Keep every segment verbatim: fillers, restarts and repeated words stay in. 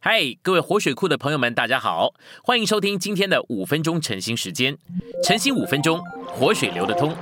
嗨，各位活水库的朋友们，大家好，欢迎收听今天的五分钟晨兴时间。晨兴五分钟，活水流得通。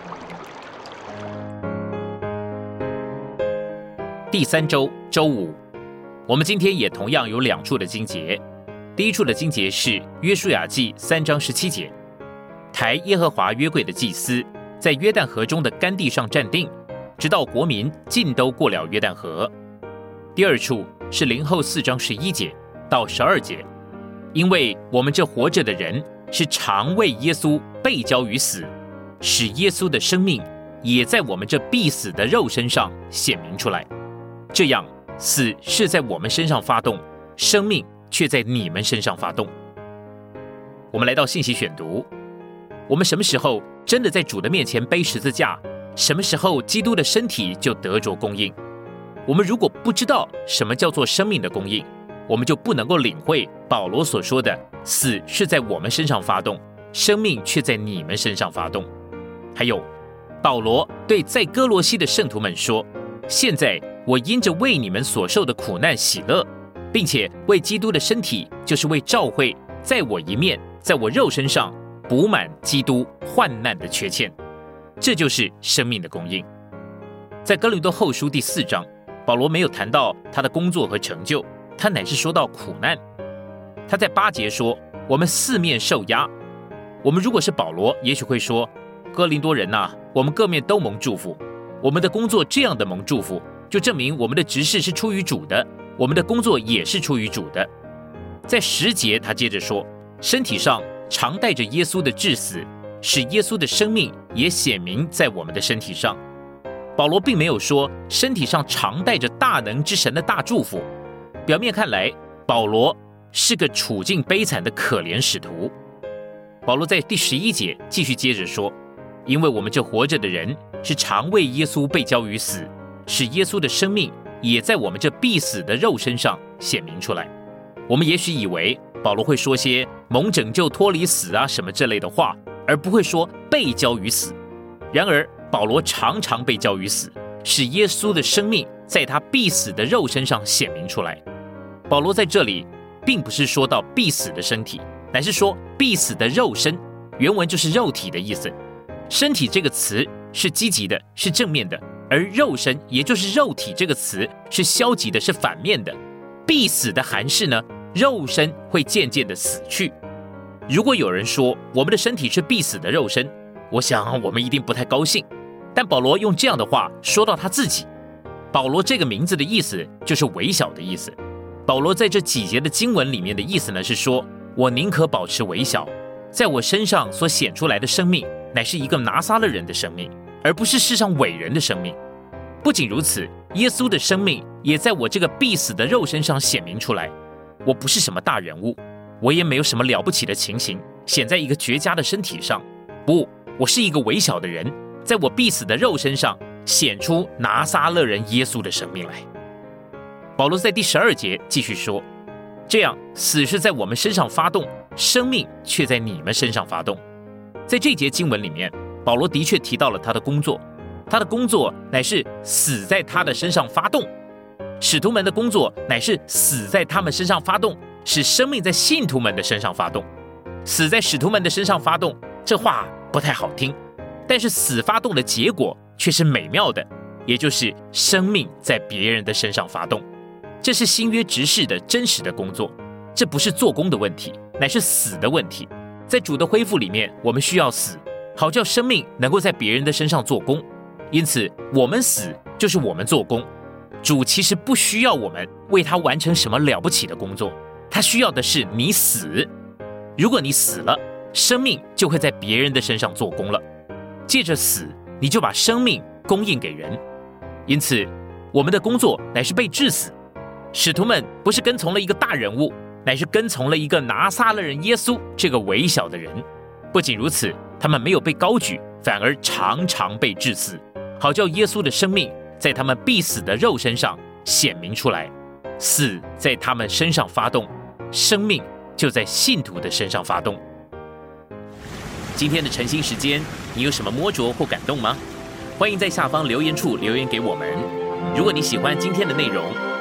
第三周周五，我们今天也同样有两处的经节。第一处的经节是约书亚记三章十七节，抬耶和华约柜的祭司在约旦河中的干地上站定，直到国民尽都过了约旦河。第二处是林后四章十一节到十二节，因为我们这活着的人是常为耶稣被交于死，使耶稣的生命也在我们这必死的肉身上显明出来。这样，死是在我们身上发动，生命却在你们身上发动。我们来到信息选读，我们什么时候真的在主的面前背十字架？什么时候基督的身体就得着供应？我们如果不知道什么叫做生命的供应，我们就不能够领会保罗所说的死是在我们身上发动，生命却在你们身上发动。还有，保罗对在哥罗西的圣徒们说，现在我因着为你们所受的苦难喜乐，并且为基督的身体，就是为教会，在我一面，在我肉身上补满基督患难的缺欠。这就是生命的供应。在哥林多后书第四章，保罗没有谈到他的工作和成就，他乃是说到苦难。他在八节说，我们四面受压。我们如果是保罗，也许会说，哥林多人啊，我们各面都蒙祝福，我们的工作这样的蒙祝福，就证明我们的职事是出于主的，我们的工作也是出于主的。在十节他接着说，身体上常带着耶稣的致死，使耶稣的生命也显明在我们的身体上。保罗并没有说身体上常带着大能之神的大祝福，表面看来，保罗是个处境悲惨的可怜使徒。保罗在第十一节继续接着说，因为我们这活着的人是常为耶稣被交于死，使耶稣的生命也在我们这必死的肉身上显明出来。我们也许以为保罗会说些蒙拯救脱离死啊什么这类的话，而不会说被交于死。然而保罗常常被交于死，使耶稣的生命在他必死的肉身上显明出来。保罗在这里并不是说到必死的身体，乃是说必死的肉身，原文就是肉体的意思。身体这个词是积极的，是正面的，而肉身也就是肉体这个词是消极的，是反面的。必死的含释呢，肉身会渐渐的死去。如果有人说我们的身体是必死的肉身，我想我们一定不太高兴。但保罗用这样的话说到他自己。保罗这个名字的意思就是微小的意思。保罗在这几节的经文里面的意思呢，是说我宁可保持微小，在我身上所显出来的生命乃是一个拿撒勒人的生命，而不是世上伟人的生命。不仅如此，耶稣的生命也在我这个必死的肉身上显明出来。我不是什么大人物，我也没有什么了不起的情形显在一个绝佳的身体上，不，我是一个微小的人，在我必死的肉身上显出拿撒勒人耶稣的生命来。保罗在第十二节继续说，这样死是在我们身上发动，生命却在你们身上发动。在这节经文里面，保罗的确提到了他的工作，他的工作乃是死在他的身上发动。使徒们的工作乃是死在他们身上发动，使生命在信徒们的身上发动。死在使徒们的身上发动，这话不太好听，但是死发动的结果却是美妙的，也就是生命在别人的身上发动。这是新约执事的真实的工作，这不是做工的问题，乃是死的问题。在主的恢复里面，我们需要死，好叫生命能够在别人的身上做工。因此我们死就是我们做工。主其实不需要我们为他完成什么了不起的工作，他需要的是你死。如果你死了，生命就会在别人的身上做工了。借着死，你就把生命供应给人。因此我们的工作乃是被致死。使徒们不是跟从了一个大人物，乃是跟从了一个拿撒勒人耶稣这个微小的人。不仅如此，他们没有被高举，反而常常被致死，好叫耶稣的生命在他们必死的肉身上显明出来。死在他们身上发动，生命就在信徒的身上发动。今天的晨兴时间，你有什么摸着或感动吗？欢迎在下方留言处留言给我们。如果你喜欢今天的内容，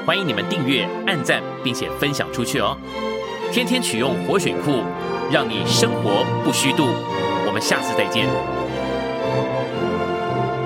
欢迎你们订阅、按赞，并且分享出去哦。天天取用活水库，让你生活不虚度。我们下次再见。